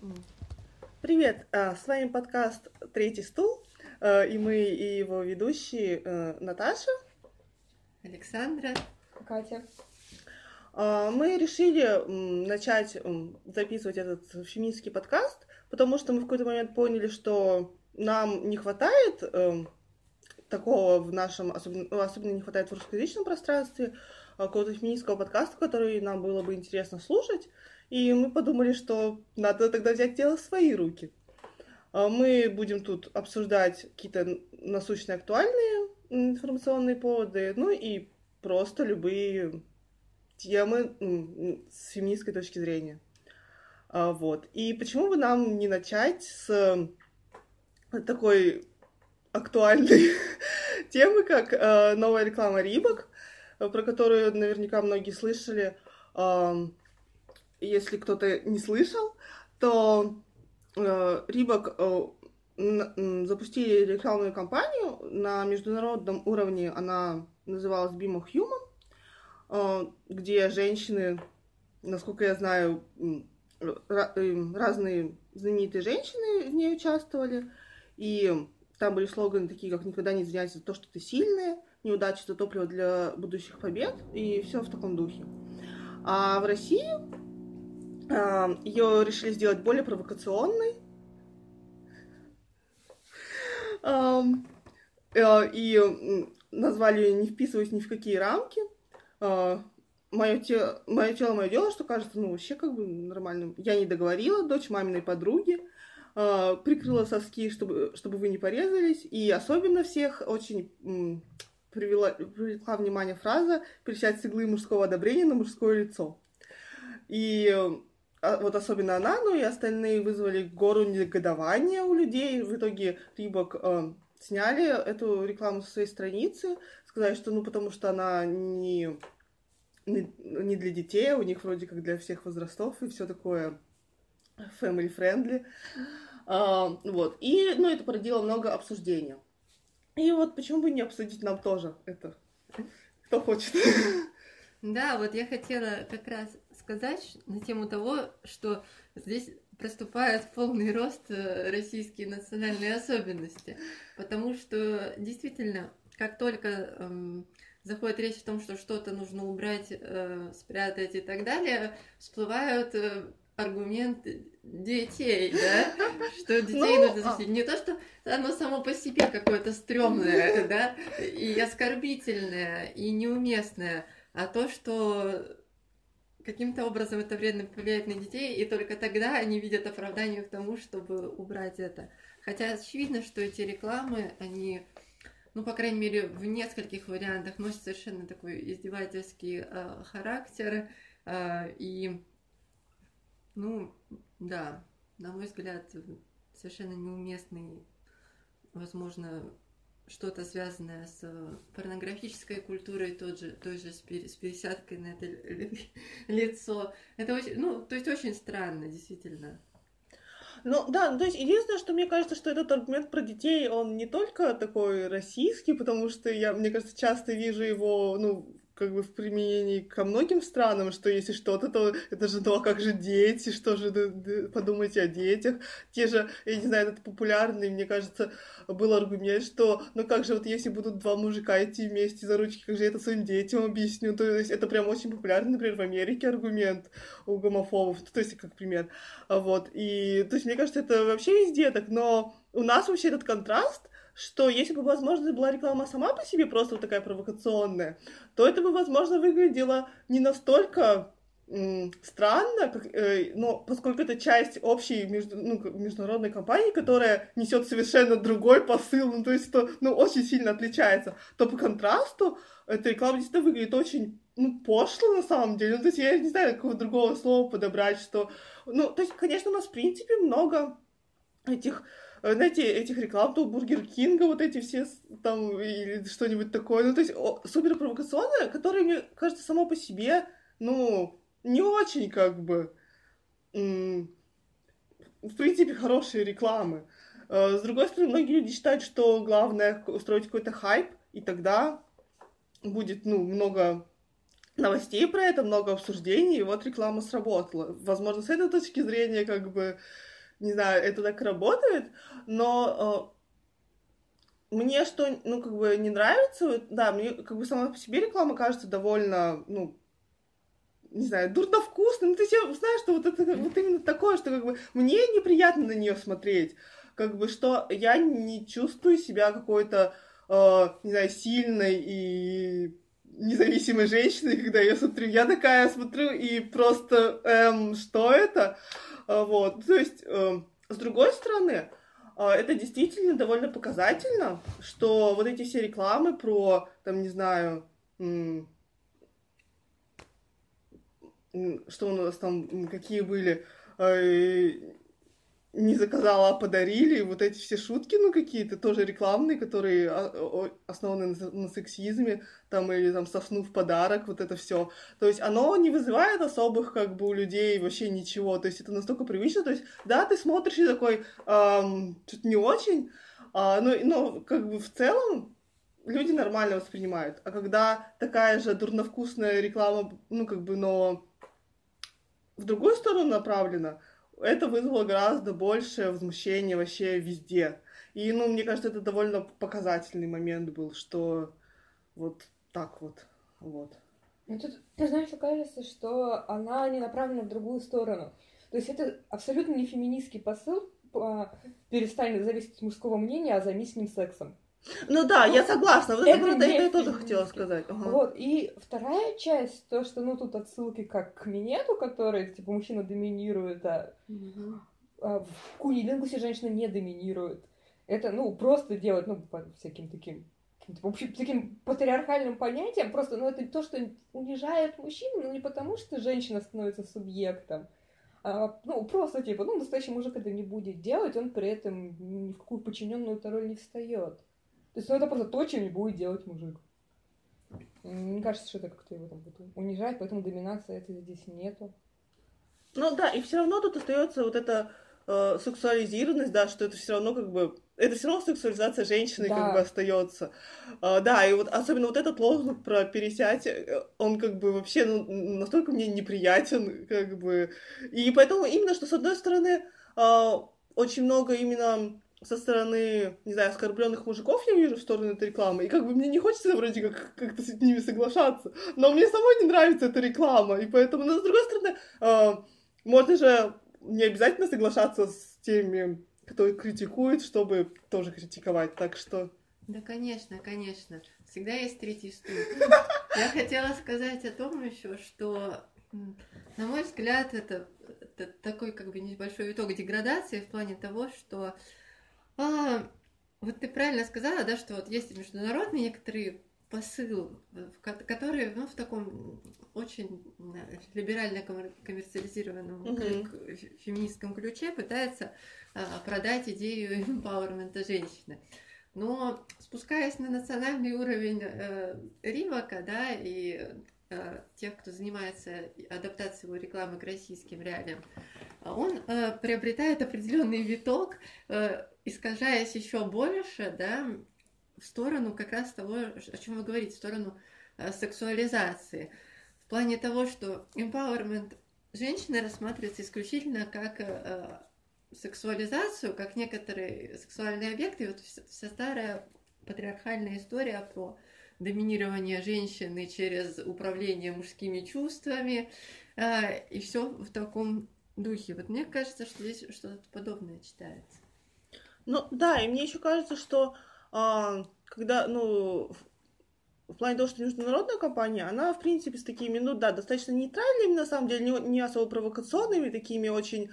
Привет, с вами подкаст «Третий стул», и мы, и его ведущие Наташа. Александра. Катя. Мы решили начать записывать этот феминистский подкаст, потому что мы в какой-то момент поняли, что нам не хватает такого в нашем, особенно не хватает в русскоязычном пространстве, какого-то феминистского подкаста, который нам было бы интересно слушать. И мы подумали, что надо тогда взять дело в свои руки. Мы будем тут обсуждать какие-то насущные, актуальные информационные поводы, ну и просто любые темы с феминистской точки зрения. Вот. И почему бы нам не начать с такой актуальной темы, как новая реклама Рибок, про которую наверняка многие слышали. Если кто-то не слышал, то Рибок запустили рекламную кампанию на международном уровне, она называлась Be More Human, где женщины, насколько я знаю, разные знаменитые женщины в ней участвовали, и там были слоганы такие, как «Никогда не извиняйся за то, что ты сильная», «Неудача — это топливо для будущих побед», и все в таком духе. А в России ее решили сделать более провокационной. И назвали ее «Не вписываясь ни в какие рамки». Мое тело, мое дело, что кажется, вообще как бы нормальным. Я не договорила, дочь маминой подруги, прикрыла соски, чтобы вы не порезались. И особенно всех очень привлекла внимание фраза «пересядь с иглы мужского одобрения на мужское лицо». И вот особенно она, и остальные вызвали гору негодования у людей. В итоге Рибок сняли эту рекламу со своей страницы, сказали, что потому что она не для детей, у них вроде как для всех возрастов и все такое family-friendly. Вот. И, это породило много обсуждения. И вот почему бы не обсудить нам тоже это? Кто хочет? Да, вот я хотела как раз сказать на тему того, что здесь проступает в полный рост российские национальные особенности, потому что действительно, как только заходит речь о том, что что-то нужно убрать, спрятать и так далее, всплывают аргументы детей, да, что детей нужно защитить. Не то, что оно само по себе какое-то стрёмное, да, и оскорбительное, и неуместное, а то, что каким-то образом это вредно влияет на детей, и только тогда они видят оправдание к тому, чтобы убрать это. Хотя очевидно, что эти рекламы, они, по крайней мере, в нескольких вариантах носят совершенно такой издевательский характер, и, да, на мой взгляд, совершенно неуместный, возможно, что-то связанное с порнографической культурой, той же с пересядкой на это лицо. Это очень, то есть очень странно, действительно. То есть единственное, что мне кажется, что этот аргумент про детей, он не только такой российский, потому что мне кажется, часто вижу его, как бы в применении ко многим странам, что если что-то, то это же, а как же дети, что же подумайте о детях. Те же, я не знаю, это популярный, мне кажется, был аргумент, что, как же вот если будут два мужика идти вместе за ручки, как же я это своим детям объясню. То есть это прям очень популярный, например, в Америке аргумент у гомофобов, то есть как пример. Вот, и, то есть мне кажется, это вообще везде так, но у нас вообще этот контраст, что если бы, возможно, была реклама сама по себе просто вот такая провокационная, то это бы, возможно, выглядело не настолько странно, но поскольку это часть общей международной кампании, которая несет совершенно другой посыл, то есть это очень сильно отличается, то по контрасту эта реклама действительно выглядит очень пошло на самом деле. То есть я не знаю, какого другого слова подобрать, что... то есть, конечно, у нас, в принципе, много этих реклам, то Бургер Кинга, вот эти все там, или что-нибудь такое, то есть супер провокационное, которое, мне кажется, само по себе, не очень, как бы, в принципе, хорошие рекламы. С другой стороны, многие люди считают, что главное устроить какой-то хайп, и тогда будет, много новостей про это, много обсуждений, и вот реклама сработала. Возможно, с этой точки зрения, как бы, не знаю, это так работает, но мне что, ну, как бы не нравится, да, мне как бы сама по себе реклама кажется довольно, ну, не знаю, дурно вкусно. Ну, ты себе знаешь, что вот это вот именно такое, что как бы мне неприятно на нее смотреть. Как бы что я не чувствую себя какой-то, не знаю, сильной и независимой женщиной, когда я смотрю. Я такая смотрю и просто, что это? Вот, то есть, с другой стороны, это действительно довольно показательно, что вот эти все рекламы про, там, не знаю, что у нас там, какие были, не заказала, а подарили, вот эти все шутки, ну, какие-то тоже рекламные, которые основаны на сексизме, там, или там сосну в подарок, вот это все. То есть оно не вызывает особых, как бы, у людей вообще ничего, то есть это настолько привычно, то есть, да, ты смотришь и такой, что-то не очень, но, как бы, в целом, люди нормально воспринимают. А когда такая же дурновкусная реклама, ну, как бы, но в другую сторону направлено, это вызвало гораздо большее возмущение вообще везде. И, ну, мне кажется, это довольно показательный момент был, что вот так вот, вот. Ну, тут, ты знаешь, кажется, что она не направлена в другую сторону. То есть это абсолютно не феминистский посыл, перестань зависеть от мужского мнения, а займись с ним сексом. Ну да, я согласна. Вот это я тоже хотела сказать. Ага. Вот, и вторая часть, то, что, ну, тут отсылки как к минету, который, типа, мужчина доминирует, а в кунилингусе женщина не доминирует. Это, ну, просто делать, ну, по всяким таким, в общем, таким патриархальным понятием, просто, ну, это то, что унижает мужчину, но не потому, что женщина становится субъектом, ну, просто, типа, ну, настоящий мужик это не будет делать, он при этом ни в какую подчиненную роль не встает. То есть, ну, это просто то, чем не будет делать мужик. Мне кажется, что это как-то его там унижает, поэтому доминации это здесь нету. Ну да, и все равно тут остается вот эта сексуализированность, да, что это все равно как бы это все равно сексуализация женщины, да, как бы остается. Да, и вот особенно вот этот лозунг про пересядь, он как бы вообще настолько мне неприятен, как бы. И поэтому именно, что с одной стороны очень много именно со стороны, не знаю, оскорбленных мужиков я вижу в сторону этой рекламы, и как бы мне не хочется вроде как-то с ними соглашаться, но мне самой не нравится эта реклама, и поэтому, но с другой стороны, можно же не обязательно соглашаться с теми, кто критикует, чтобы тоже критиковать, так что... Да, конечно, конечно. Всегда есть третий стул. Я хотела сказать о том еще, что, на мой взгляд, это такой как бы небольшой итог деградации в плане того, что вот ты правильно сказала, да, что вот есть международный некоторый посыл, который, ну, в таком очень либерально коммерциализированном феминистском ключе пытается продать идею эмпауэрмента женщины. Но спускаясь на национальный уровень Ривака, да, и тех, кто занимается адаптацией его рекламы к российским реалиям, он приобретает определенный виток, искажаясь еще больше, да, в сторону как раз того, о чем вы говорите, в сторону сексуализации. В плане того, что empowerment женщины рассматривается исключительно как сексуализацию, как некоторые сексуальные объекты. И вот вся старая патриархальная история про доминирование женщины через управление мужскими чувствами, и все в таком духе. Вот мне кажется, что здесь что-то подобное читается. Ну да, и мне еще кажется, что когда, ну, в плане того, что международная компания, она, в принципе, с такими, ну да, достаточно нейтральными, на самом деле, не особо провокационными, такими очень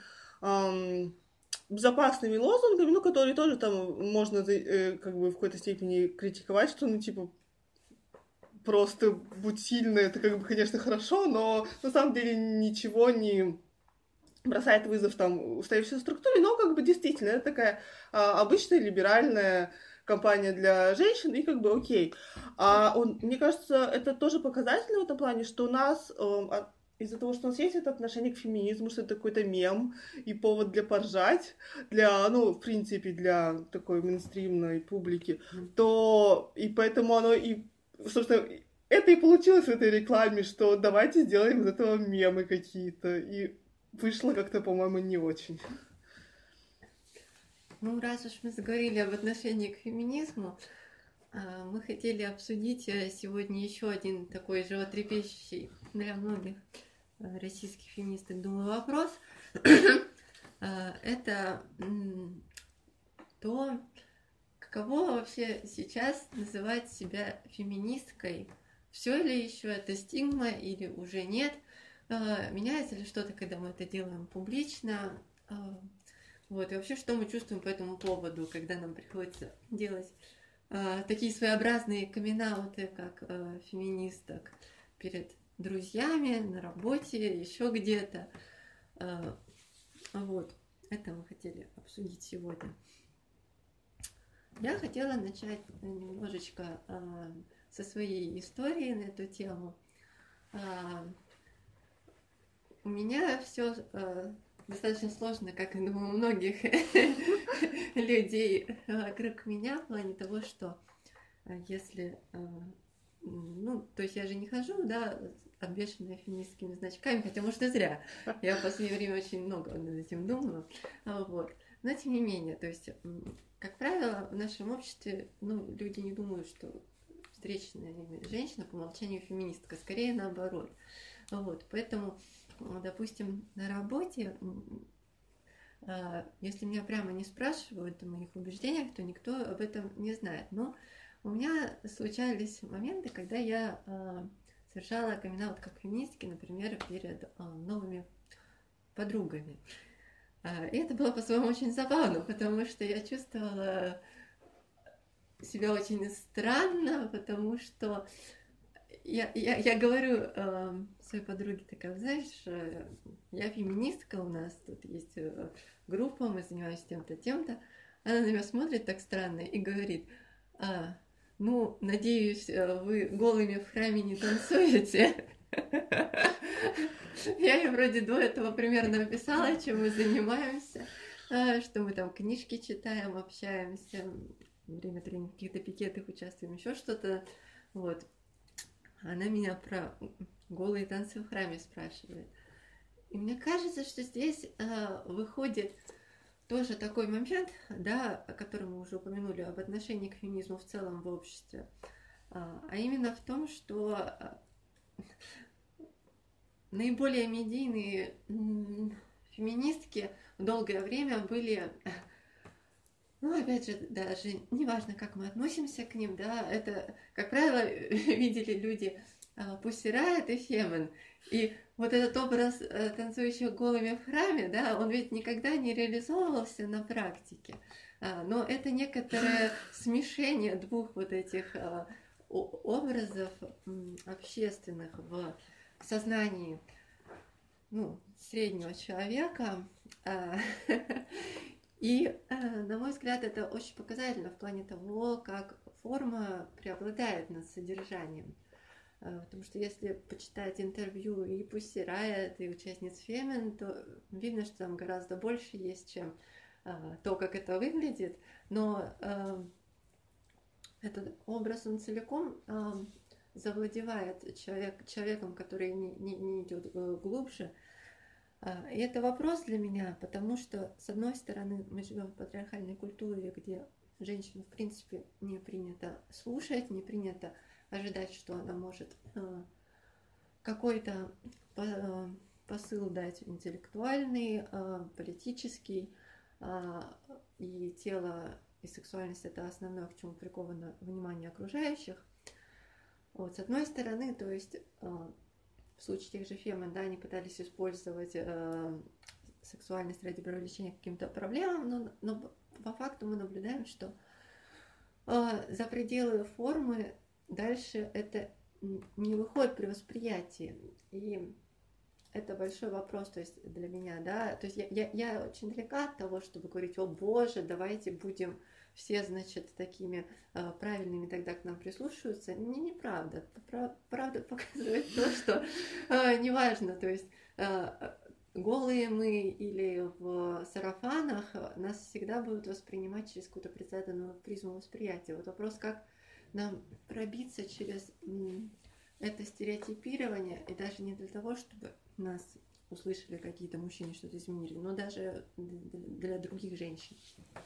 безопасными лозунгами, ну, которые тоже там можно как бы в какой-то степени критиковать, что, ну, типа, просто будь сильной, это как бы, конечно, хорошо, но на самом деле ничего не бросает вызов там устоявшейся структуре, но как бы действительно это такая обычная либеральная компания для женщин, и как бы окей. Мне кажется, это тоже показательно в этом плане, что у нас из-за того, что у нас есть это отношение к феминизму, что это какой-то мем и повод для поржать, для, ну, в принципе, для такой мейнстримной публики, то и поэтому оно и, собственно, это и получилось в этой рекламе, что давайте сделаем из этого мемы какие-то, и вышло как-то, по-моему, не очень. Ну, раз уж мы заговорили об отношении к феминизму, мы хотели обсудить сегодня еще один такой животрепещущий для многих российских феминисток, думаю, вопрос. Это то, каково вообще сейчас называть себя феминисткой. Все ли еще это стигма или уже нет? Меняется ли что-то, когда мы это делаем публично? Вот, и вообще, что мы чувствуем по этому поводу, когда нам приходится делать такие своеобразные камин-ауты, как феминисток, перед друзьями, на работе, еще где-то. Вот, это мы хотели обсудить сегодня. Я хотела начать немножечко со своей истории на эту тему. У меня все достаточно сложно, как и думаю, у многих людей вокруг меня, в плане того, что если, ну, то есть я же не хожу, да, обвешанная феминистскими значками, хотя, может, и зря. Я в последнее время очень много над этим думала, вот. Но тем не менее, то есть, как правило, в нашем обществе, ну, люди не думают, что встречная женщина по умолчанию феминистка, скорее наоборот. Вот, поэтому, допустим, на работе, если меня прямо не спрашивают о моих убеждениях, то никто об этом не знает. Но у меня случались моменты, когда я совершала камин-аут как феминистки, например, перед новыми подругами. И это было по-своему очень забавно, потому что я чувствовала себя очень странно, потому что я говорю своей подруге, такая, знаешь, я феминистка, у нас тут есть группа, мы занимаемся тем-то, тем-то. Она на меня смотрит так странно и говорит: ну, надеюсь, вы голыми в храме не танцуете. Я ей вроде до этого примерно описала, чем мы занимаемся, что мы там книжки читаем, общаемся, время от времени в каких-то пикетах участвуем, еще что-то. Вот. Она меня про голые танцы в храме спрашивает. И мне кажется, что здесь выходит тоже такой момент, да, о котором мы уже упомянули, об отношении к феминизму в целом в обществе, а именно в том, что наиболее медийные феминистки в долгое время были, ну, опять же, даже неважно, как мы относимся к ним, да, это, как правило, видели люди Pussy Riot и Фемен. И вот этот образ танцующих голыми в храме, да, он ведь никогда не реализовывался на практике. Но это некоторое смешение двух вот этих образов общественных в сознании, ну, среднего человека. И, на мой взгляд, это очень показательно в плане того, как форма преобладает над содержанием. Потому что если почитать интервью и Pussy Riot, и участниц Фемен, то видно, что там гораздо больше есть, чем то, как это выглядит. Но этот образ, он целиком завладевает человеком, который не идет глубже. И это вопрос для меня, потому что, с одной стороны, мы живем в патриархальной культуре, где женщину, в принципе, не принято слушать, не принято ожидать, что она может какой-то посыл дать интеллектуальный, политический, и тело, и сексуальность — это основное, к чему приковано внимание окружающих. Вот, с одной стороны, то есть в случае тех же Фемен, да, они пытались использовать сексуальность ради привлечения к каким-то проблемам, но по факту мы наблюдаем, что за пределы формы дальше это не выходит при восприятии. И это большой вопрос, то есть для меня, да, то есть я очень далека от того, чтобы говорить: о боже, давайте будем все, значит, такими правильными, тогда к нам прислушиваются. Неправда. Правда показывает то, что неважно, то есть голые мы или в сарафанах, нас всегда будут воспринимать через какую-то предсказанную призму восприятия. Вот вопрос, как нам пробиться через это стереотипирование, и даже не для того, чтобы нас услышали какие-то мужчины, что-то изменили, но даже для других женщин.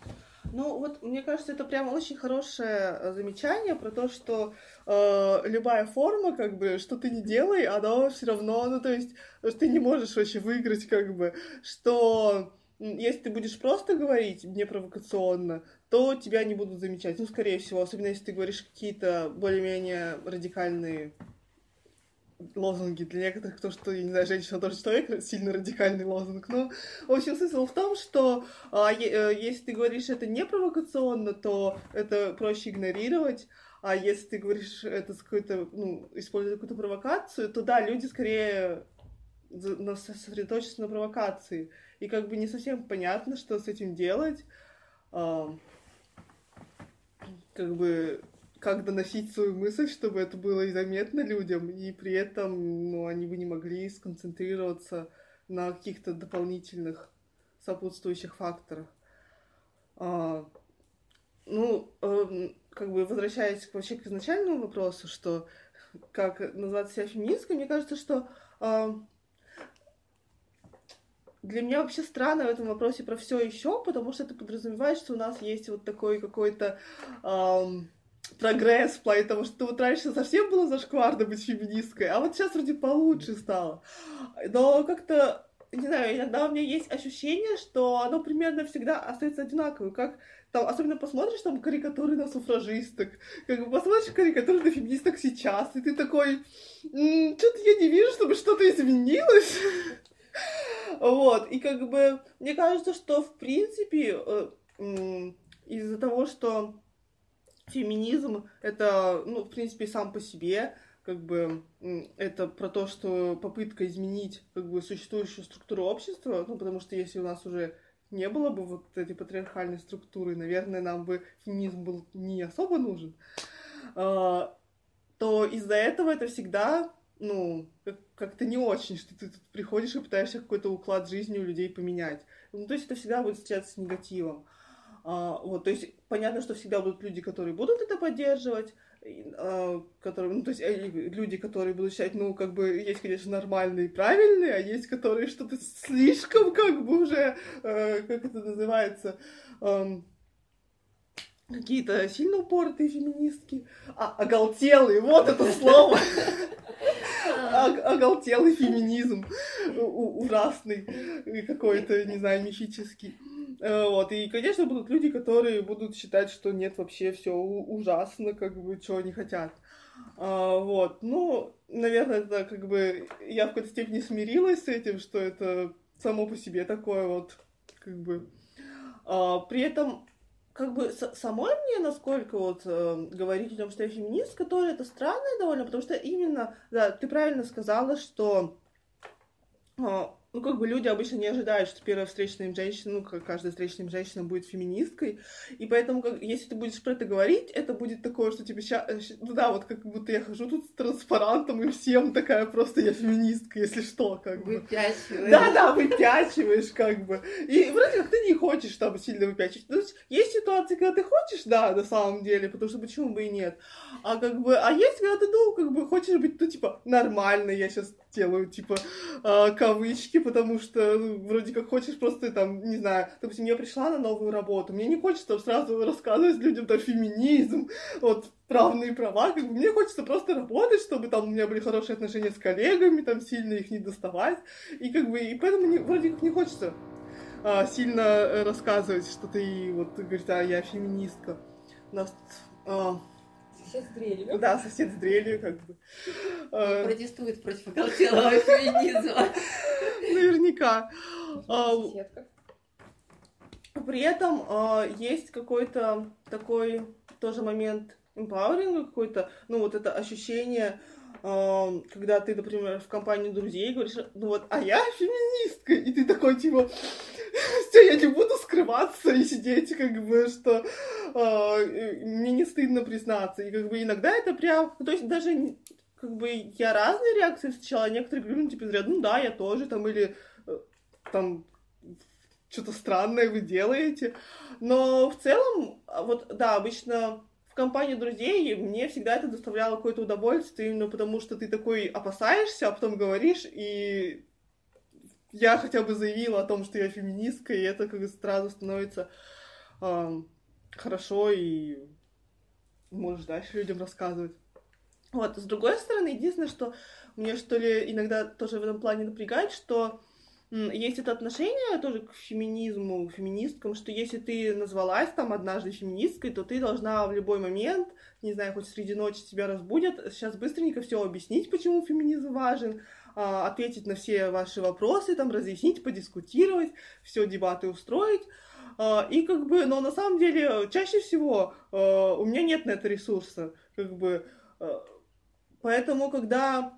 Ну, вот, мне кажется, это прям очень хорошее замечание про то, что любая форма, как бы, что ты не делай, она все равно, ну, то есть, что ты не можешь вообще выиграть, как бы, что если ты будешь просто говорить непровокационно, то тебя не будут замечать, ну, скорее всего, особенно если ты говоришь какие-то более-менее радикальные лозунги для некоторых, потому что, я не знаю, женщина тоже человек, сильно радикальный лозунг. Но, в общем, смысл в том, что если ты говоришь это не провокационно, то это проще игнорировать, а если ты говоришь это с какой-то, ну, используя какую-то провокацию, то да, люди скорее сосредоточатся на провокации. И как бы не совсем понятно, что с этим делать. А, как бы как доносить свою мысль, чтобы это было и заметно людям, и при этом, ну, они бы не могли сконцентрироваться на каких-то дополнительных сопутствующих факторах. А, ну, как бы возвращаясь вообще к изначальному вопросу, что как назвать себя феминисткой, мне кажется, что для меня вообще странно в этом вопросе про все еще, потому что это подразумевает, что у нас есть вот такой какой-то прогресс в плане того, что вот раньше совсем было зашкварно быть феминисткой, а вот сейчас вроде получше стало. Но как-то, не знаю, иногда у меня есть ощущение, что оно примерно всегда остается одинаковым, как там, особенно посмотришь там карикатуры на суфражисток, как бы посмотришь карикатуры на феминисток сейчас, и ты такой, что-то я не вижу, чтобы что-то изменилось. Вот, и как бы мне кажется, что в принципе из-за того, что феминизм это, ну, в принципе, сам по себе, как бы это про то, что попытка изменить как бы существующую структуру общества, ну, потому что если у нас уже не было бы вот этой патриархальной структуры, наверное, нам бы феминизм был не особо нужен, то из-за этого это всегда, ну, как-то не очень, что ты тут приходишь и пытаешься какой-то уклад жизни у людей поменять. Ну, то есть это всегда будет встречаться с негативом. Вот, то есть понятно, что всегда будут люди, которые будут это поддерживать, которые, ну, то есть люди, которые будут считать, ну, как бы, есть, конечно, нормальные и правильные, а есть, которые что-то слишком, как бы, уже, как это называется, какие-то сильно упоротые феминистки, оголтелые, вот это слово, оголтелый феминизм, ужасный, какой-то, не знаю, мифический. Вот, и, конечно, будут люди, которые будут считать, что нет, вообще все ужасно, как бы, чего они хотят. Вот, ну, наверное, это как бы я в какой-то степени смирилась с этим, что это само по себе такое вот, как бы. При этом, как бы, самой мне, насколько вот говорить о том, что я феминистка, тоже это странно довольно, потому что именно, да, ты правильно сказала, что ну, как бы люди обычно не ожидают, что первая встречная им женщина, ну, как каждая встречная им женщина будет феминисткой, и поэтому, если ты будешь про это говорить, это будет такое, что тебе сейчас, ну да, вот как будто я хожу тут с транспарантом, и всем такая просто я феминистка, если что, как бы. Выпячиваешь. Да, выпячиваешь, как бы. И вроде как ты не хочешь там сильно выпячивать. То есть есть ситуации, когда ты хочешь, да, на самом деле, потому что почему бы и нет. А как бы, а есть, когда ты, ну, как бы хочешь быть, ну, типа, нормально, я сейчас делаю, типа, кавычки, потому что, ну, вроде как хочешь просто, там, не знаю, допустим, я пришла на новую работу, мне не хочется там сразу рассказывать людям, там, феминизм, вот, равные права, как бы, мне хочется просто работать, чтобы там у меня были хорошие отношения с коллегами, там, сильно их не доставать, и как бы, и поэтому вроде как не хочется сильно рассказывать, что ты, вот, говоришь, я феминистка. У нас сосед с дрелью. Да, сосед с дрелью, как бы. Протестует против оголтелого феминизма. Наверняка. Соседка. При этом есть какой-то такой тоже момент эмпауэринга какой-то, ну, вот это ощущение, когда ты, например, в компании друзей говоришь, ну вот, а я феминистка, и ты такой, типа, все, я не буду скрываться и сидеть, как бы, что мне не стыдно признаться, и как бы иногда это прям, ну, то есть даже, как бы, я разные реакции встречала, некоторые говорят, ну, типа, ну да, я тоже, там, или там, что-то странное вы делаете, но в целом, вот, да, обычно в компании друзей мне всегда это доставляло какое-то удовольствие, именно потому что ты такой опасаешься, а потом говоришь, и я хотя бы заявила о том, что я феминистка, и это как бы сразу становится хорошо и можешь дальше людям рассказывать. Вот, с другой стороны, единственное, что мне, что ли, иногда тоже в этом плане напрягает, что есть это отношение тоже к феминизму, феминисткам, что если ты назвалась там однажды феминисткой, то ты должна в любой момент, не знаю, хоть среди ночи тебя разбудят, сейчас быстренько все объяснить, почему феминизм важен, ответить на все ваши вопросы, там, разъяснить, подискутировать, все дебаты устроить. И как бы, но на самом деле, чаще всего у меня нет на это ресурса, как бы, поэтому, когда...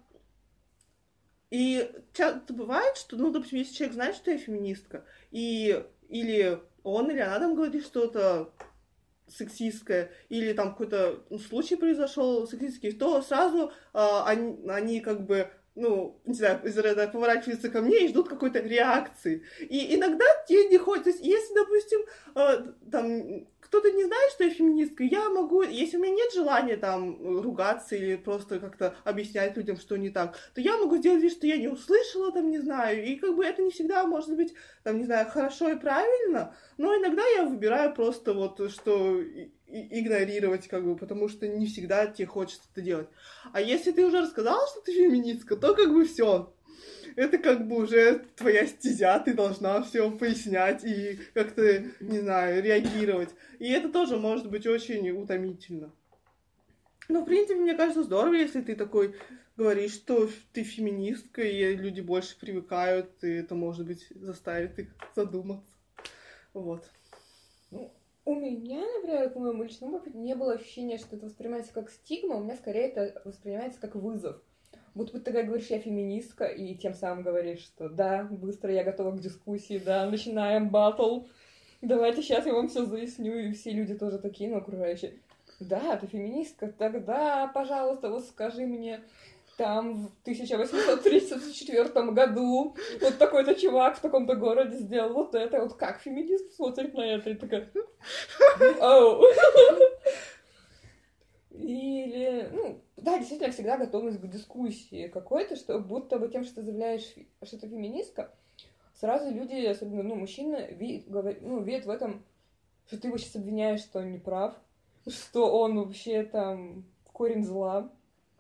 И часто бывает, что, ну, допустим, если человек знает, что я феминистка, и или он, или она там говорит что-то сексистское, или там какой-то случай произошел сексистский, то сразу они как бы, ну, не знаю, из ряда поворачиваются ко мне и ждут какой-то реакции. И иногда тебе не хочется, то есть, если, допустим, там кто-то не знает, что я феминистка, я могу, если у меня нет желания там ругаться или просто как-то объяснять людям, что не так, то я могу сделать вид, что я не услышала, там, не знаю, и как бы это не всегда может быть, там, не знаю, хорошо и правильно, но иногда я выбираю просто вот, что игнорировать, как бы, потому что не всегда тебе хочется это делать. А если ты уже рассказала, что ты феминистка, то как бы все. Это как бы уже твоя стезя, ты должна все пояснять и как-то, не знаю, реагировать. И это тоже может быть очень утомительно. Но, в принципе, мне кажется, здорово, если ты такой говоришь, что ты феминистка, и люди больше привыкают, и это, может быть, заставит их задуматься. Вот. У меня, например, по моему личному опыту не было ощущения, что это воспринимается как стигма, у меня скорее это воспринимается как вызов. Будто бы ты говоришь, я феминистка, и тем самым говоришь, что да, быстро я готова к дискуссии, да, начинаем баттл, давайте сейчас я вам все заясню, и все люди тоже такие, ну, окружающие. Да, ты феминистка, тогда, пожалуйста, вот скажи мне, там в 1834 году вот такой-то чувак в таком-то городе сделал вот это, вот как феминист смотрит на это, и такая... Оу. Или, ну, да, действительно, всегда готовность к дискуссии какой-то, что будто бы тем, что ты заявляешь, что ты феминистка, сразу люди, особенно, ну, мужчины, видят в этом, что ты его сейчас обвиняешь, что он не прав, что он вообще там корень зла,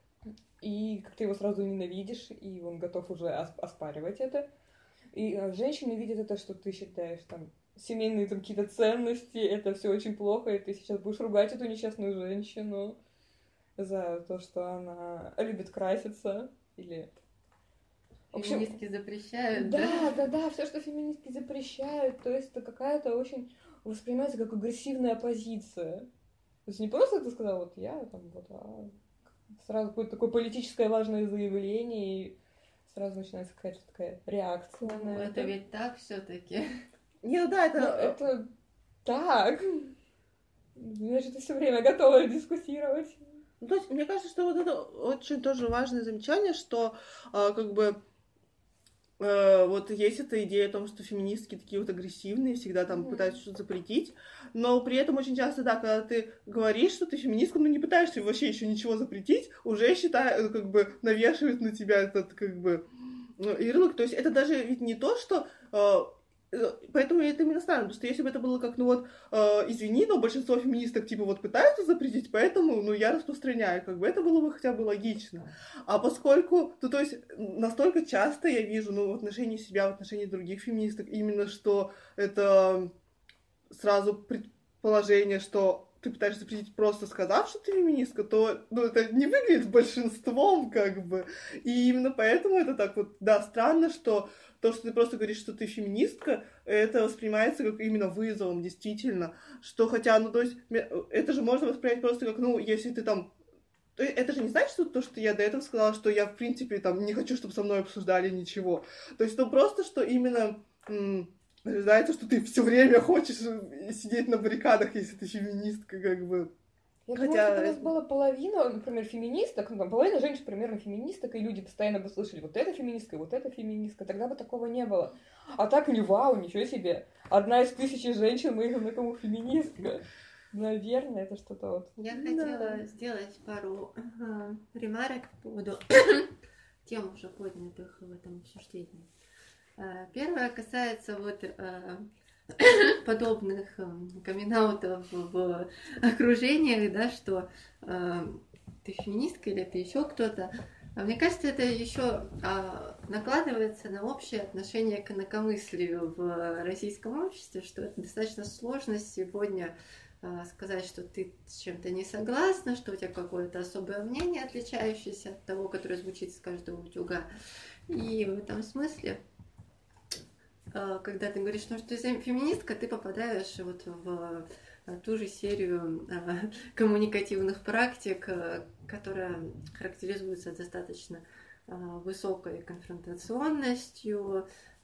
и как ты его сразу ненавидишь, и он готов уже оспаривать это. И женщины видят это, что ты считаешь там семейные там какие-то ценности, это все очень плохо, и ты сейчас будешь ругать эту несчастную женщину за то, что она любит краситься, или... Феминистки запрещают, да, все, что феминистки запрещают, то есть это какая-то очень воспринимается как агрессивная позиция. То есть не просто ты сказала, вот я там вот, сразу какое-то такое политическое важное заявление, и сразу начинается какая-то такая реакция на это. Это ведь так все-таки. Нет, да, это так. Значит, ты все время готова дискуссировать. Ну, то есть, мне кажется, что вот это очень тоже важное замечание, что как бы вот есть эта идея о том, что феминистки такие вот агрессивные, всегда там пытаются что-то запретить, но при этом очень часто, да, когда ты говоришь, что ты феминистка, но не пытаешься вообще еще ничего запретить, уже считают, как бы навешивают на тебя этот, как бы, ярлык. То есть это даже ведь не то, что... Поэтому это именно странно, потому что если бы это было как, ну вот, извини, но большинство феминисток, типа, вот пытаются запретить, поэтому, ну, я распространяю, как бы, это было бы хотя бы логично. А поскольку, ну, то есть, настолько часто я вижу, ну, в отношении себя, в отношении других феминисток, именно что это сразу предположение, что ты пытаешься запретить, просто сказав, что ты феминистка, то, ну, это не выглядит большинством, как бы. И именно поэтому это так вот, да, странно, что то, что ты просто говоришь, что ты феминистка, это воспринимается как именно вызовом, действительно. Что хотя, ну, то есть, это же можно воспринять просто как, ну, если ты там... Это же не значит, что то, что я до этого сказала, что я, в принципе, там, не хочу, чтобы со мной обсуждали ничего. То есть, ну, просто, что именно... Ожидается, что ты все время хочешь сидеть на баррикадах, если ты феминистка, как бы. Я думаю, если у нас была половина, например, феминисток, ну, там, половина женщин примерно феминисток, и люди постоянно бы слышали, вот это феминистка, тогда бы такого не было. А так не вау, ничего себе. Одна из 1000 женщин, мы их знакомых феминистка. Наверное, это что-то вот. Я хотела сделать пару ремарок по поводу тем, уже поднятых в этом обсуждении. Первое касается вот подобных камин-аутов в окружениях, да, что ты феминистка или ты еще кто-то. Мне кажется, это еще накладывается на общее отношение к инакомыслию в российском обществе, что это достаточно сложно сегодня сказать, что ты с чем-то не согласна, что у тебя какое-то особое мнение, отличающееся от того, которое звучит с каждого утюга. И в этом смысле, когда ты говоришь, что ты феминистка, ты попадаешь вот в ту же серию коммуникативных практик, которая характеризуется достаточно высокой конфронтационностью,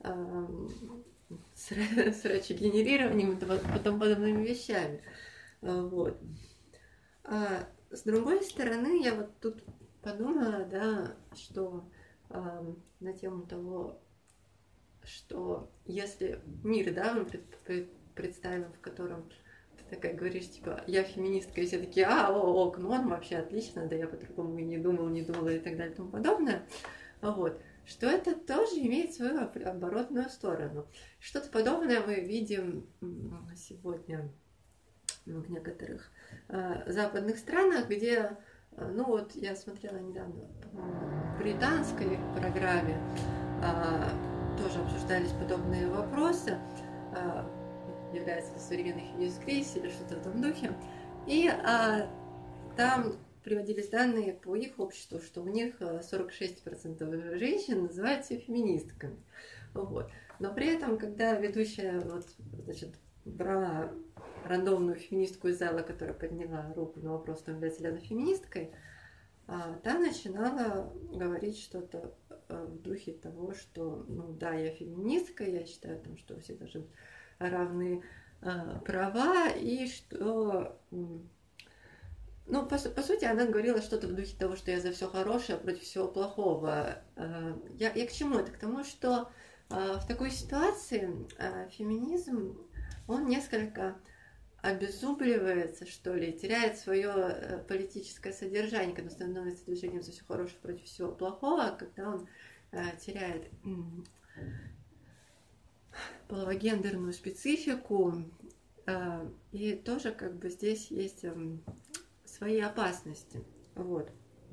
с речи-генерированием и тому подобными вещами. Вот. А с другой стороны, я вот тут подумала, да, что на тему того, что если мир, да, мы представим, в котором ты такая говоришь, типа, я феминистка, и все такие, ок, норм, вообще отлично, да я по-другому и не думала и так далее и тому подобное, вот, что это тоже имеет свою оборотную сторону. Что-то подобное мы видим сегодня в некоторых западных странах, где, ну вот, я смотрела недавно в британской программе, тоже обсуждались подобные вопросы, является ли современный феминизм в кризисе или что-то в этом духе. И там приводились данные по их обществу, что у них 46% женщин называют себя феминистками. Вот. Но при этом, когда ведущая вот, значит, брала рандомную феминистку из зала, которая подняла руку на вопрос, что является ли она феминисткой, та начинала говорить что-то в духе того, что, ну да, я феминистка, я считаю, там, что все должны быть равны права, и что, ну, по сути, она говорила что-то в духе того, что я за все хорошее, против всего плохого. Я к чему это? К тому, что в такой ситуации феминизм, он несколько обеззубливается, что ли, теряет свое политическое содержание, когда становится движением за все хорошее против всего плохого, когда он теряет половогендерную специфику, и тоже как бы здесь есть свои опасности. Вот.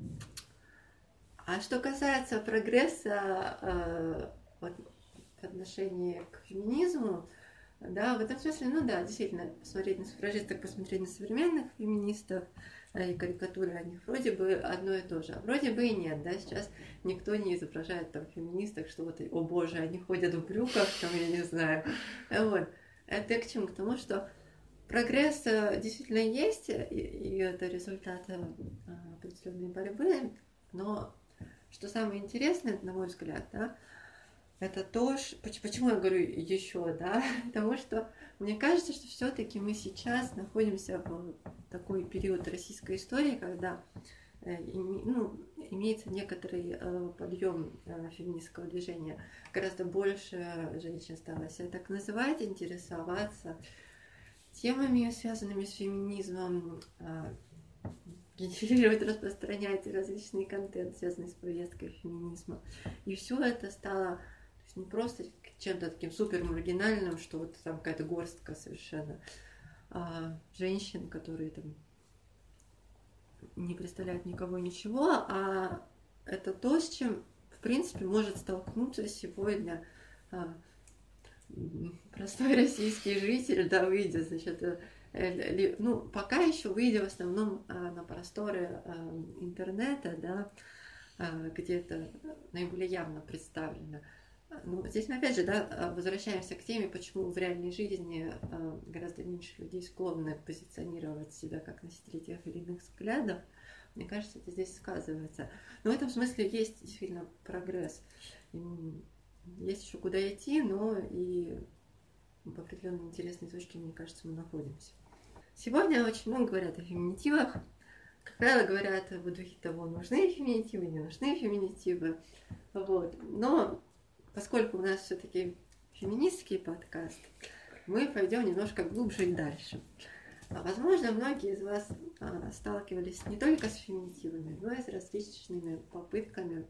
А что касается прогресса в отношении к феминизму, да, в этом смысле, ну да, действительно, посмотреть на суфражисток, посмотреть на современных феминистов и карикатуры о них вроде бы одно и то же, а вроде бы и нет, да, сейчас никто не изображает там феминисток, что вот, о боже, они ходят в брюках, там, я не знаю, вот. Это к чему? К тому, что прогресс действительно есть, и это результат определенной борьбы, но что самое интересное, на мой взгляд, да, это то, почему я говорю еще, да, потому что мне кажется, что все-таки мы сейчас находимся в такой период российской истории, когда имеется некоторый подъем феминистского движения, гораздо больше женщин стало себя так называть, интересоваться темами, связанными с феминизмом, генерировать, распространять различный контент, связанный с повесткой феминизма. И все это стало не просто чем-то таким супер маргинальным, что вот там какая-то горстка совершенно женщин, которые там не представляют никого ничего, а это то, с чем, в принципе, может столкнуться сегодня простой российский житель, да, выйдя, значит, ну, пока еще выйдя в основном на просторы интернета, да, где это наиболее явно представлено. Ну, здесь мы опять же, да, возвращаемся к теме, почему в реальной жизни гораздо меньше людей склонны позиционировать себя как носители тех или иных взглядов. Мне кажется, это здесь сказывается. Но в этом смысле есть действительно прогресс. Есть еще куда идти, но и в определенной интересной точке, мне кажется, мы находимся. Сегодня очень много говорят о феминитивах. Как правило, говорят в духе того, нужны феминитивы, не нужны феминитивы. Вот. Но поскольку у нас все-таки феминистский подкаст, мы пойдем немножко глубже и дальше. Возможно, многие из вас сталкивались не только с феминитивами, но и с различными попытками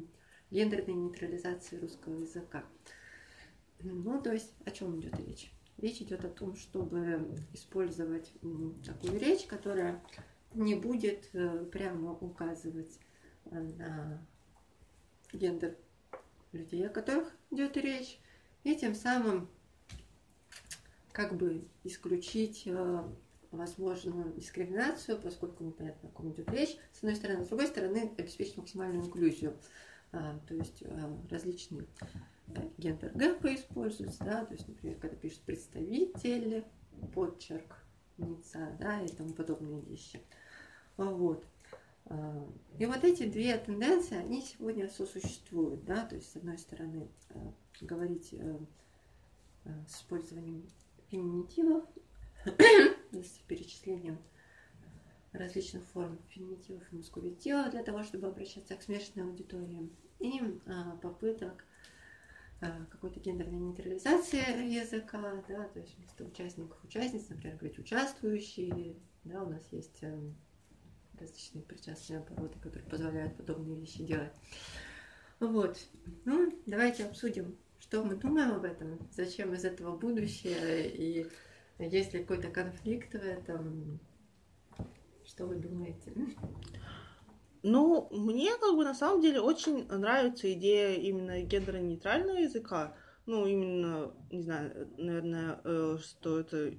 гендерной нейтрализации русского языка. Ну, то есть, о чем идет речь? Речь идет о том, чтобы использовать такую речь, которая не будет прямо указывать на гендер людей, о которых идет речь, и тем самым как бы исключить возможную дискриминацию, поскольку непонятно, о ком идет речь, с одной стороны, с другой стороны, обеспечить максимальную инклюзию. То есть различные гендер-гэпы используются, да, то есть, например, когда пишут представитель, подчеркница, да, и тому подобные вещи. Вот. И вот эти две тенденции, они сегодня сосуществуют, да, то есть, с одной стороны, говорить с использованием феминитивов, с перечислением различных форм феминитивов и мускулитивов для того, чтобы обращаться к смешанной аудитории, и попыток какой-то гендерной нейтрализации языка, да, то есть вместо участников, участниц, например, говорить участвующие, да, у нас есть различные причастные обороты, которые позволяют подобные вещи делать. Вот. Ну, давайте обсудим, что мы думаем об этом, зачем из этого будущее, и есть ли какой-то конфликт в этом, что вы думаете? Ну, мне как бы на самом деле очень нравится идея именно гендерно-нейтрального языка. Ну, именно, не знаю, наверное, что это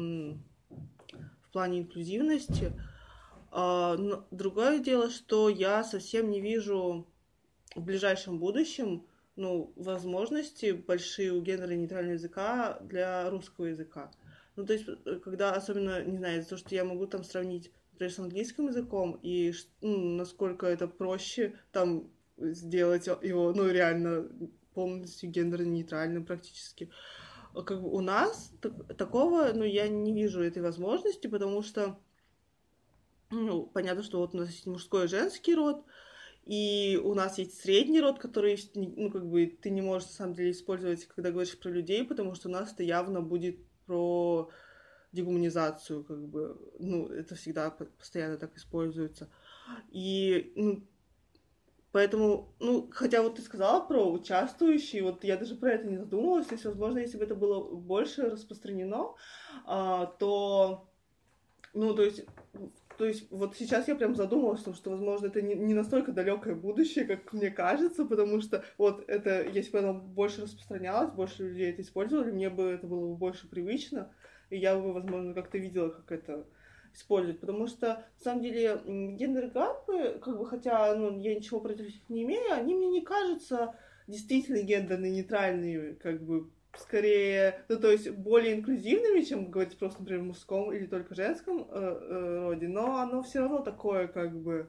в плане инклюзивности. Но другое дело, что я совсем не вижу в ближайшем будущем, ну, возможности большие у гендерно-нейтрального языка для русского языка. Ну, то есть, когда особенно, не знаю, из-за того, что я могу там сравнить, например, с английским языком, и насколько это проще там сделать его, ну, реально полностью гендерно-нейтральным практически. Как бы у нас такого, ну, я не вижу этой возможности, потому что, ну, понятно, что вот у нас есть мужской и женский род, и у нас есть средний род, который, ну, как бы ты не можешь, на самом деле, использовать, когда говоришь про людей, потому что у нас это явно будет про дегуманизацию, как бы, ну, это всегда постоянно так используется. И, ну, поэтому, ну, хотя вот ты сказала про участвующие, вот я даже про это не задумывалась, то есть, возможно, если бы это было больше распространено, то, ну, то есть вот сейчас я прям задумалась, что возможно, это не настолько далекое будущее, как мне кажется, потому что вот это, если бы оно больше распространялось, больше людей это использовали, мне бы это было бы больше привычно, и я бы, возможно, как-то видела, как это использовать, потому что, на самом деле, гендер-гапы, как бы, хотя, ну, я ничего против них не имею, они мне не кажутся действительно гендерно-нейтральными, как бы, скорее, ну, то есть более инклюзивными, чем говорить просто, например, в мужском или только женском роде, но оно все равно такое, как бы,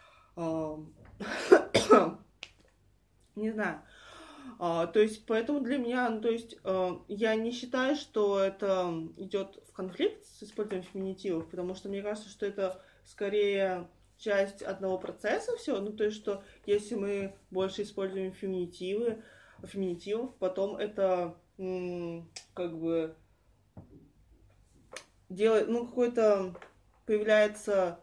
не знаю. То есть, поэтому для меня, ну, то есть, я не считаю, что это идет в конфликт с использованием феминитивов, потому что мне кажется, что это скорее часть одного процесса все, ну, то есть, что если мы больше используем феминитивов, потом это как бы делает, ну, какой-то появляется,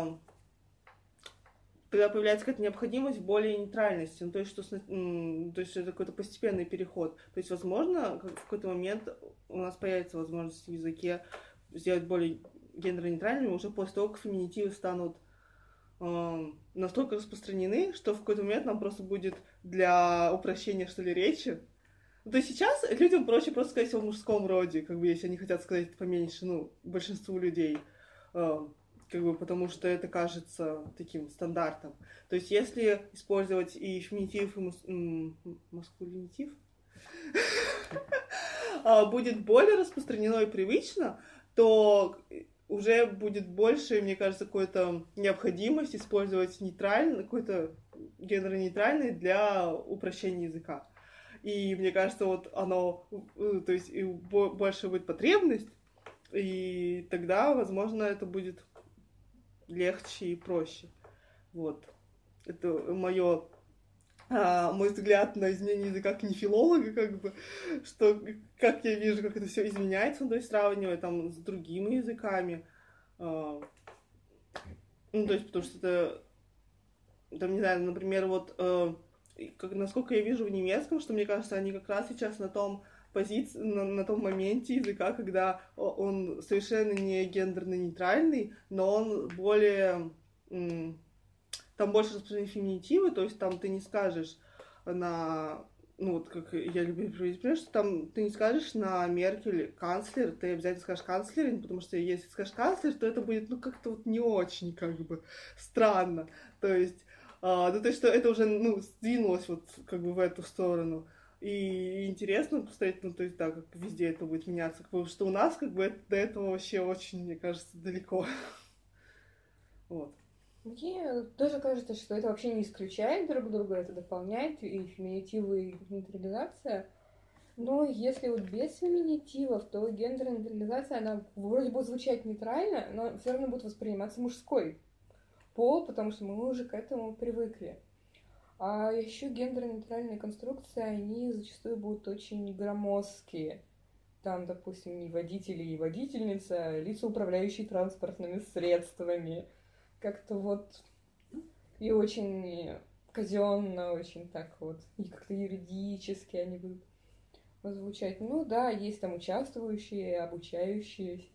когда появляется какая-то необходимость в более нейтральности, ну, то есть, что, то есть это какой-то постепенный переход. То есть, возможно, в какой-то момент у нас появится возможность в языке сделать более гендерно-нейтральными уже после того, как феминитивы станут настолько распространены, что в какой-то момент нам просто будет для упрощения, что ли, речи. Ну, то есть сейчас людям проще просто сказать о мужском роде, как бы, если они хотят сказать это поменьше, ну, большинству людей, как бы, потому что это кажется таким стандартом. То есть если использовать и феминитив, и маскулинитив, будет более распространено и привычно, то уже будет больше, мне кажется, какой-то необходимость использовать нейтральный, какой-то гендерно-нейтральный для упрощения языка. И мне кажется, вот оно, то есть и больше будет потребность, и тогда, возможно, это будет легче и проще. Вот. Это мой взгляд на изменение языка как не филолога, как бы, что, как я вижу, как это все изменяется, ну, то есть сравнивая там с другими языками. Ну, то есть, потому что это, там, не знаю, например, вот, насколько я вижу в немецком, что, мне кажется, они как раз сейчас на том позиции, на том моменте языка, когда он совершенно не гендерно-нейтральный, но он более... Там больше распространены феминитивы, то есть там ты не скажешь на... Ну, вот как я люблю приводить пример, что там ты не скажешь на Меркель канцлер, ты обязательно скажешь канцлерин, потому что если скажешь канцлер, то это будет, ну, как-то вот не очень, как бы, странно. То есть, ну, то есть, что это уже, ну, сдвинулось вот, как бы, в эту сторону. И интересно посмотреть, ну, то есть, да, как везде это будет меняться, потому что у нас, как бы, до этого вообще очень, мне кажется, далеко. Вот. Мне тоже кажется, что это вообще не исключает друг друга, это дополняет и феминитивы, и нейтрализация. Но если вот без феминитивов, то гендерная нейтрализация, она вроде будет звучать нейтрально, но все равно будет восприниматься мужской пол, потому что мы уже к этому привыкли. А еще гендерно-нейтральные конструкции, они зачастую будут очень громоздкие. Там, допустим, не водители и водительница, а лица, управляющие транспортными средствами. Как-то вот и очень казенно, очень так вот, и как-то юридически они будут звучать. Ну да, есть там участвующие, обучающиеся,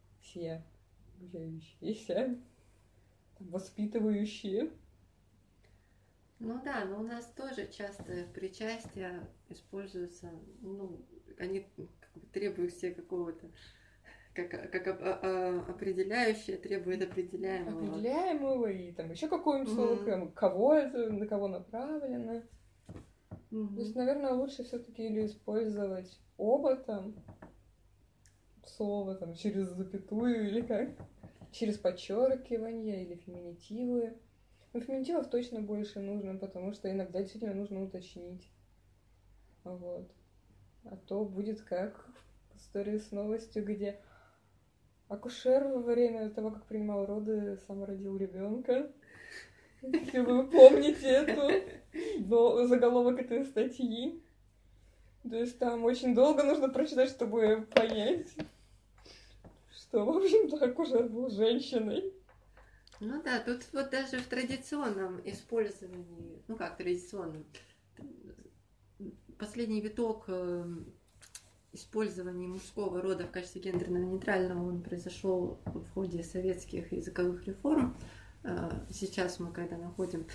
там, воспитывающие. Ну да, но у нас тоже часто причастия используются, ну, они как бы требуют себе какого-то, как определяющее, требует определяемого. Определяемого, и там еще какое-нибудь слово, кого это, на кого направлено. То есть, наверное, лучше все-таки или использовать оба там слова там через запятую или как, через подчеркивание или феминитивы. Но феминитивов точно больше нужно, потому что иногда действительно нужно уточнить. Вот. А то будет как в истории с новостью, где акушер во время того, как принимал роды, сам родил ребенка. Если вы помните эту заголовок этой статьи. То есть там очень долго нужно прочитать, чтобы понять, что, в общем-то, акушер был женщиной. Ну да, тут вот даже в традиционном использовании, ну как традиционном, последний виток использования мужского рода в качестве гендерно-нейтрального, он произошел в ходе советских языковых реформ. Сейчас мы, когда находим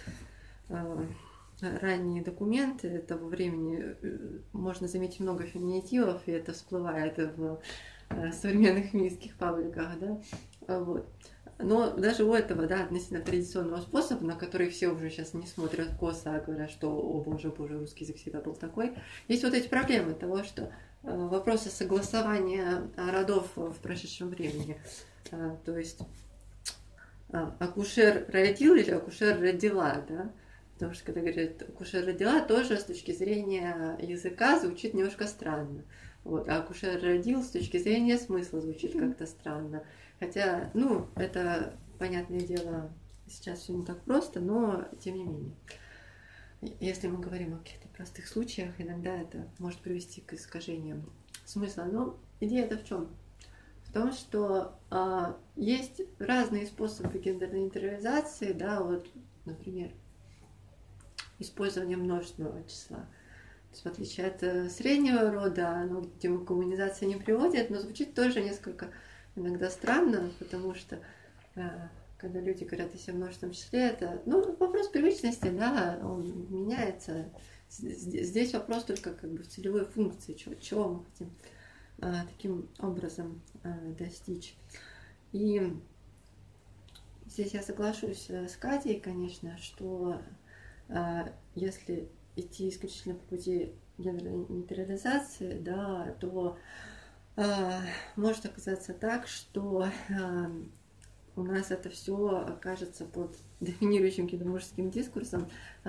ранние документы того времени, можно заметить много феминитивов, и это всплывает в современных феминистских пабликах, да, вот. Но даже у этого, да, относительно традиционного способа, на который все уже сейчас не смотрят косо, а говорят, что, о боже, русский язык всегда был такой, есть вот эти проблемы того, что вопросы согласования родов в прошедшем времени, то есть акушер родил или акушер родила, да, потому что когда говорят акушер родила, тоже с точки зрения языка звучит немножко странно, вот, а акушер родил с точки зрения смысла звучит как-то странно. Хотя, ну, это, понятное дело, сейчас все не так просто, но тем не менее. Если мы говорим о каких-то простых случаях, иногда это может привести к искажениям смысла. Но идея-то в чем? В том, что есть разные способы гендерной нейтрализации, да, вот, например, использование множественного числа. То есть, в отличие от среднего рода, оно к демокоммунизации не приводит, но звучит тоже несколько иногда странно, потому что когда люди говорят о себе в множественном числе, это, ну, вопрос привычности, да, он меняется. Здесь вопрос только как бы в целевой функции, чего мы хотим таким образом достичь. И здесь я соглашусь с Катей, конечно, что если идти исключительно по пути гендерной нейтрализации, да, то может оказаться так, что у нас это все окажется под доминирующим каким-то мужским дискурсом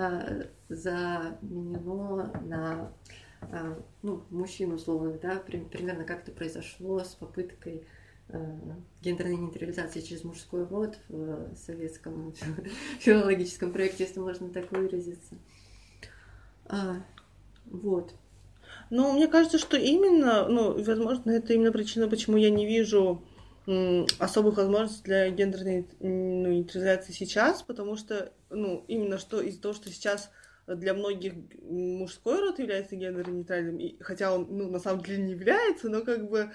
заменено на мужчин условно, да, примерно как это произошло с попыткой гендерной нейтрализации через мужской род в советском филологическом проекте, если можно так выразиться. Вот. Ну, мне кажется, что именно, ну, возможно, это именно причина, почему я не вижу особых возможностей для гендерной нейтрализации сейчас, потому что, ну, именно что из-за того, что сейчас для многих мужской род является гендерно-нейтральным, хотя он, ну, на самом деле не является, но как бы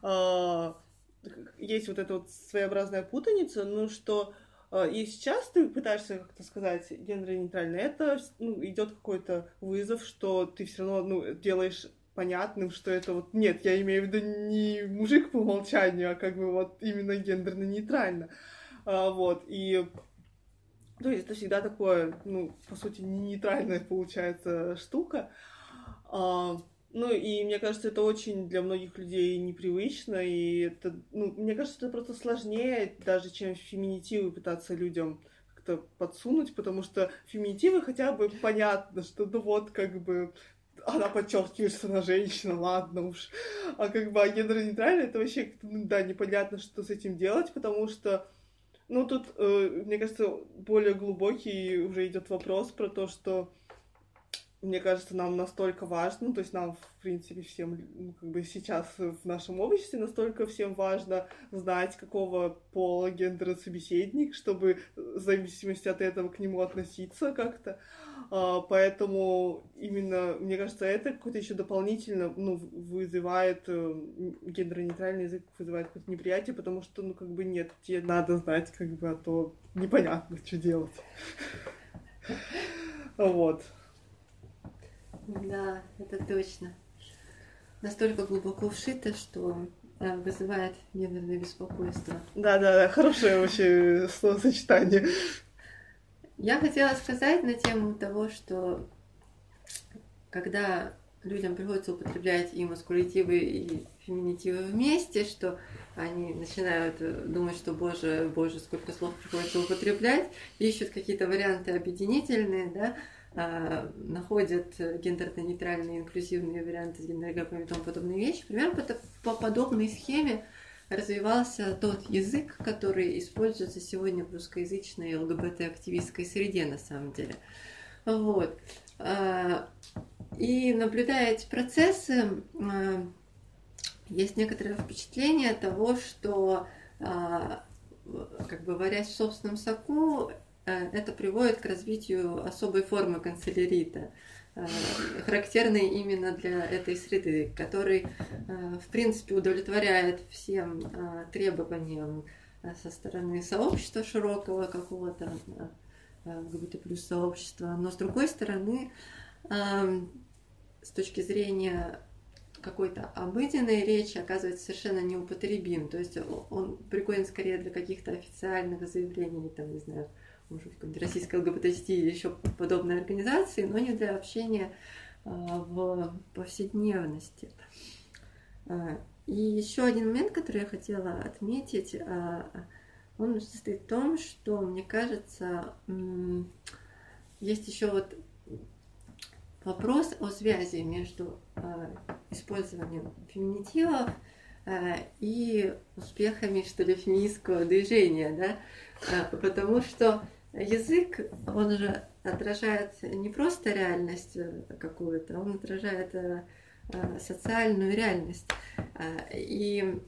есть вот эта вот своеобразная путаница, ну, что и сейчас ты пытаешься как-то сказать гендерно-нейтрально, это, ну, идет какой-то вызов, что ты все равно, ну, делаешь понятным, что это вот... Нет, я имею в виду не мужик по умолчанию, а как бы вот именно гендерно-нейтрально. Вот, и... То есть это всегда такое, ну, по сути, не нейтральная получается штука. Ну, и мне кажется, это очень для многих людей непривычно, и это, ну, мне кажется, это просто сложнее даже, чем феминитивы пытаться людям как-то подсунуть, потому что феминитивы хотя бы понятно, что, ну, вот, как бы, она подчеркивает, что она женщина, ладно уж. А как бы гендерно-нейтрально, это вообще, ну, да, непонятно, что с этим делать, потому что, ну, тут, мне кажется, более глубокий уже идет вопрос про то, что мне кажется, нам настолько важно, то есть нам, в принципе, всем, ну, как бы сейчас в нашем обществе настолько всем важно знать, какого пола гендера собеседник, чтобы в зависимости от этого к нему относиться как-то. Поэтому именно, мне кажется, это какое-то еще дополнительно, ну, вызывает, гендерно-нейтральный язык вызывает какое-то неприятие, потому что, ну, как бы нет, тебе надо знать, как бы, а то непонятно, что делать. Вот. Да, это точно. Настолько глубоко вшито, что вызывает гендерное беспокойство. Да, хорошее вообще словосочетание. Я хотела сказать на тему того, что когда людям приходится употреблять и маскулятивы, и феминитивы вместе, что они начинают думать, что боже, сколько слов приходится употреблять, ищут какие-то варианты объединительные, да, находят гендерно-нейтральные, инклюзивные варианты с гендерографами и тому подобные вещи. Примерно по подобной схеме развивался тот язык, который используется сегодня в русскоязычной ЛГБТ-активистской среде, на самом деле. Вот. И наблюдая эти процессы, есть некоторое впечатление того, что, как бы варясь в собственном соку, это приводит к развитию особой формы канцелярита, характерной именно для этой среды, который, в принципе, удовлетворяет всем требованиям со стороны сообщества широкого какого-то, ЛГБТ плюс сообщества, но с другой стороны, с точки зрения какой-то обыденной речи, оказывается совершенно неупотребим. То есть он пригоден скорее для каких-то официальных заявлений, там, не знаю, может быть, какой-нибудь российской ЛГБТ или еще подобной организации, но не для общения в повседневности. И еще один момент, который я хотела отметить, он состоит в том, что, мне кажется, есть еще вот вопрос о связи между использованием феминитивов и успехами, что ли, феминистского движения, да? Потому что язык, он же отражает не просто реальность какую-то, он отражает социальную реальность. И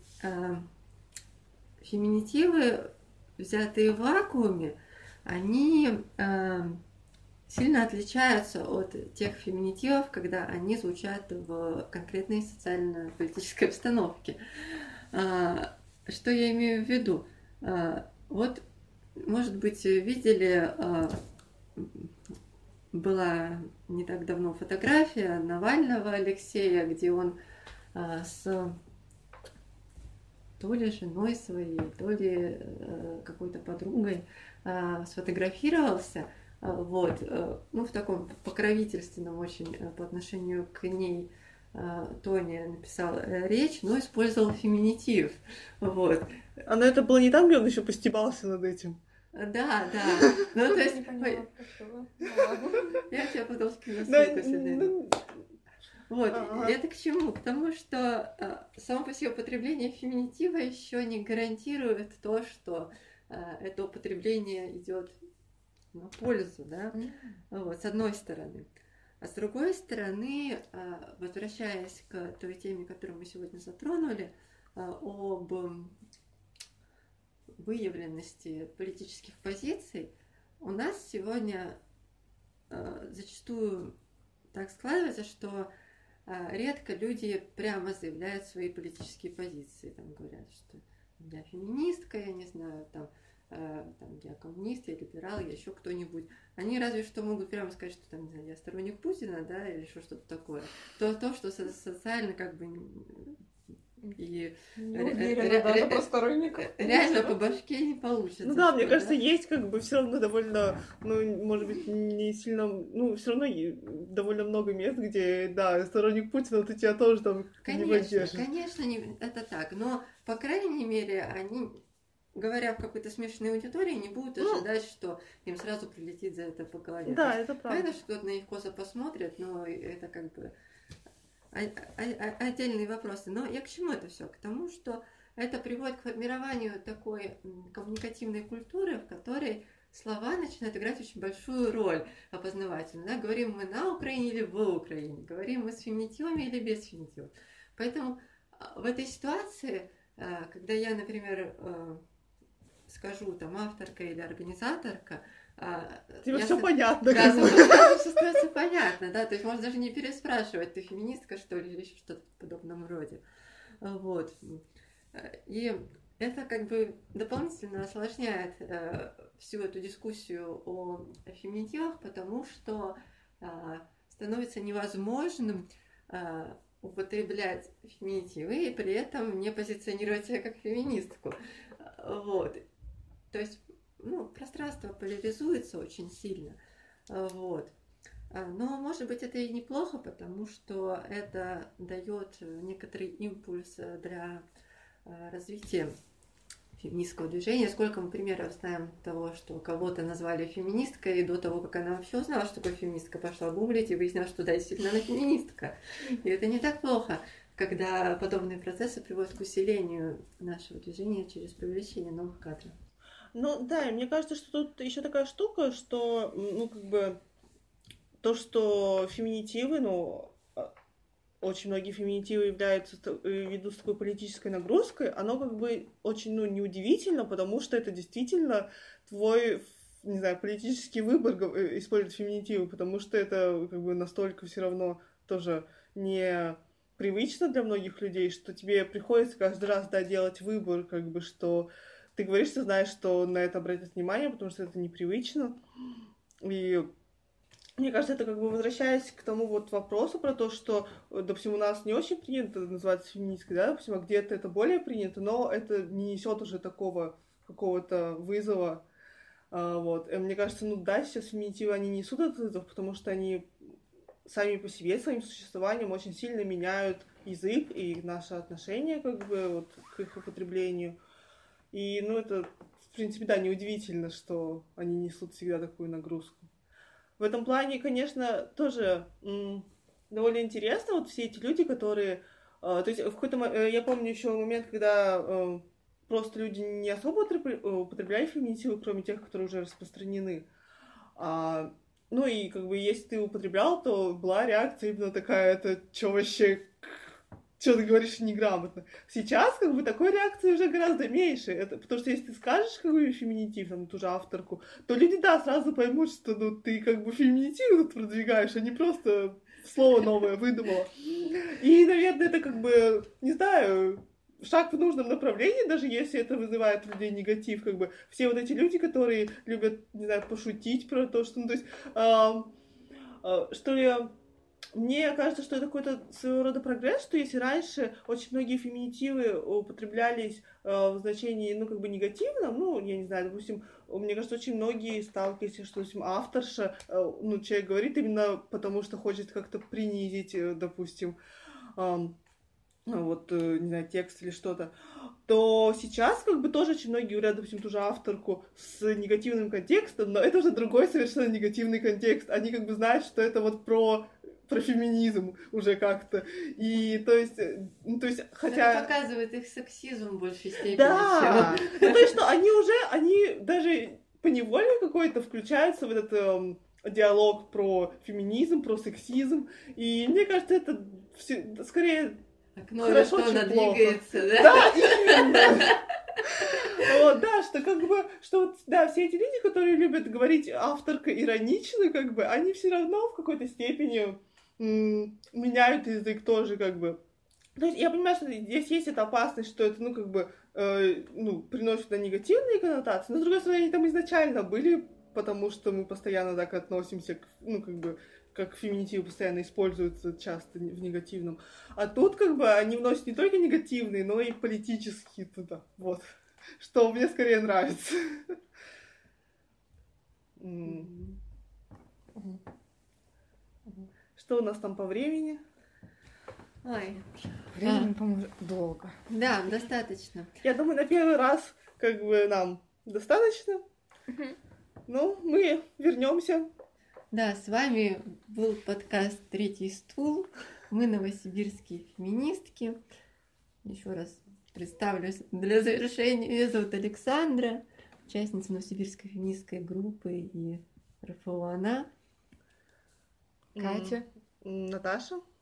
феминитивы, взятые в вакууме, они сильно отличаются от тех феминитивов, когда они звучат в конкретной социально-политической обстановке. Что я имею в виду? Вот, может быть, видели, была не так давно фотография Навального Алексея, где он с то ли женой своей, то ли какой-то подругой сфотографировался. Вот, ну, в таком покровительственном очень по отношению к ней тоне написал речь, но использовал феминитив. Вот. А на это было не там, где он еще постебался над этим? Да. Ну, то есть... Я тебя потом скину ссылку. Вот, это к чему? К тому, что само по себе употребление феминитива еще не гарантирует то, что это употребление идет на пользу, да, вот, с одной стороны. А с другой стороны, возвращаясь к той теме, которую мы сегодня затронули, об выявленности политических позиций, у нас сегодня зачастую так складывается, что редко люди прямо заявляют свои политические позиции. Там говорят, что я феминистка, я не знаю, там я коммунист, я либерал, я еще кто-нибудь. Они разве что могут прямо сказать, что там, не знаю, я сторонник Путина, да, или что-то такое. То, что социально как бы и реально по башке не получится. Ну да, мне кажется, есть как бы все равно довольно, ну, может быть, не сильно, ну, все равно довольно много мест, где, да, сторонник Путина, ты тебя тоже там не поддержишь. Конечно, это так, но, по крайней мере, они, говоря в какой-то смешанной аудитории, не будут ожидать, что им сразу прилетит за это по голове. Да, это правда. Понятно, что кто-то на них косо посмотрит, но это как бы отдельные вопросы. Но я к чему это все? К тому, что это приводит к формированию такой коммуникативной культуры, в которой слова начинают играть очень большую роль опознавательно. Да? Говорим мы на Украине или в Украине, говорим мы с феминитивами или без феминитивов. Поэтому в этой ситуации, когда я, например, скажу там авторка или организаторка, тебе все понятно. Да, все становится понятно, да, то есть можно даже не переспрашивать, ты феминистка, что ли, или что-то в подобном роде. Вот. И это как бы дополнительно осложняет всю эту дискуссию о феминитивах, потому что становится невозможным употреблять феминитивы и при этом не позиционировать себя как феминистку. Вот. То есть, ну, пространство поляризуется очень сильно. Вот. Но, может быть, это и неплохо, потому что это дает некоторый импульс для развития феминистского движения. Сколько мы примеров знаем того, что кого-то назвали феминисткой, и до того, как она вообще узнала, что такое феминистка, пошла гуглить и выяснила, что да, действительно она феминистка. И это не так плохо, когда подобные процессы приводят к усилению нашего движения через привлечение новых кадров. Ну да, и мне кажется, что тут еще такая штука, что, ну, как бы, то, что феминитивы, ну, очень многие феминитивы являются, ведут с такой политической нагрузкой, оно как бы очень, ну, неудивительно, потому что это действительно твой, не знаю, политический выбор использовать феминитивы, потому что это как бы настолько все равно тоже не привычно для многих людей, что тебе приходится каждый раз, да, делать выбор, как бы, что ты говоришь, ты знаешь, что на это обратят внимание, потому что это непривычно. И мне кажется, это как бы возвращаясь к тому вот вопросу про то, что, допустим, у нас не очень принято называться феминисткой, да, допустим, а где-то это более принято, но это не несет уже такого какого-то вызова. Вот. И мне кажется, ну да, сейчас феминитивы, они несут этот вызов, потому что они сами по себе, своим существованием очень сильно меняют язык и наше отношение как бы вот к их употреблению. И, ну, это, в принципе, да, неудивительно, что они несут всегда такую нагрузку. В этом плане, конечно, тоже довольно интересно, вот все эти люди, которые... то есть, в какой-то я помню еще момент, когда просто люди не особо употребляли феминитивы, кроме тех, которые уже распространены. Ну, и, как бы, если ты употреблял, то была реакция именно такая, это что вообще... Что ты говоришь неграмотно. Сейчас, как бы, такой реакции уже гораздо меньше. Это, потому что если ты скажешь какой-нибудь феминитив, там, ту же авторку, то люди, да, сразу поймут, что, ну, ты, как бы, феминитив тут продвигаешь, а не просто слово новое выдумала. И, наверное, это, как бы, не знаю, шаг в нужном направлении, даже если это вызывает у людей негатив, как бы, все вот эти люди, которые любят, не знаю, пошутить про то, что, ну, то есть, что ли... Мне кажется, что это какой-то своего рода прогресс, что если раньше очень многие феминитивы употреблялись в значении, ну, как бы негативном, ну, я не знаю, допустим, мне кажется, очень многие сталкиваются, что, допустим, авторша, ну, человек говорит именно потому, что хочет как-то принизить, допустим, вот, не знаю, текст или что-то, то сейчас как бы тоже очень многие говорят, допустим, ту же авторку с негативным контекстом, но это уже другой совершенно негативный контекст. Они как бы знают, что это вот про феминизм уже как-то. И то есть, ну, то есть, хотя... Это показывает их сексизм в большей степени. Да! Ну, то есть, что они даже поневоле какой-то включаются в этот диалог про феминизм, про сексизм. И мне кажется, это скорее... Окно хорошо, что она двигается, да? Да, именно! Вот, да, что как бы, что вот, да, все эти люди, которые любят говорить авторка иронично, как бы, они все равно в какой-то степени меняют язык тоже, как бы. То есть я понимаю, что здесь есть эта опасность, что это, ну, как бы, ну, приносит на негативные коннотации, но, с другой стороны, они там изначально были, потому что мы постоянно так относимся, ну, как бы, как феминитивы постоянно используются часто в негативном. А тут, как бы, они вносят не только негативные, но и политические туда, вот. Что мне скорее нравится. Что у нас там по времени? Ой. Времени, по-моему, долго. Да, достаточно. Я думаю, на первый раз как бы нам достаточно. Ну, мы вернемся. Да, с вами был подкаст «Третий стул». Мы новосибирские феминистки. Еще раз представлюсь для завершения. Меня зовут Александра, участница новосибирской феминистской группы и РФО «Она». Катя. Наташа.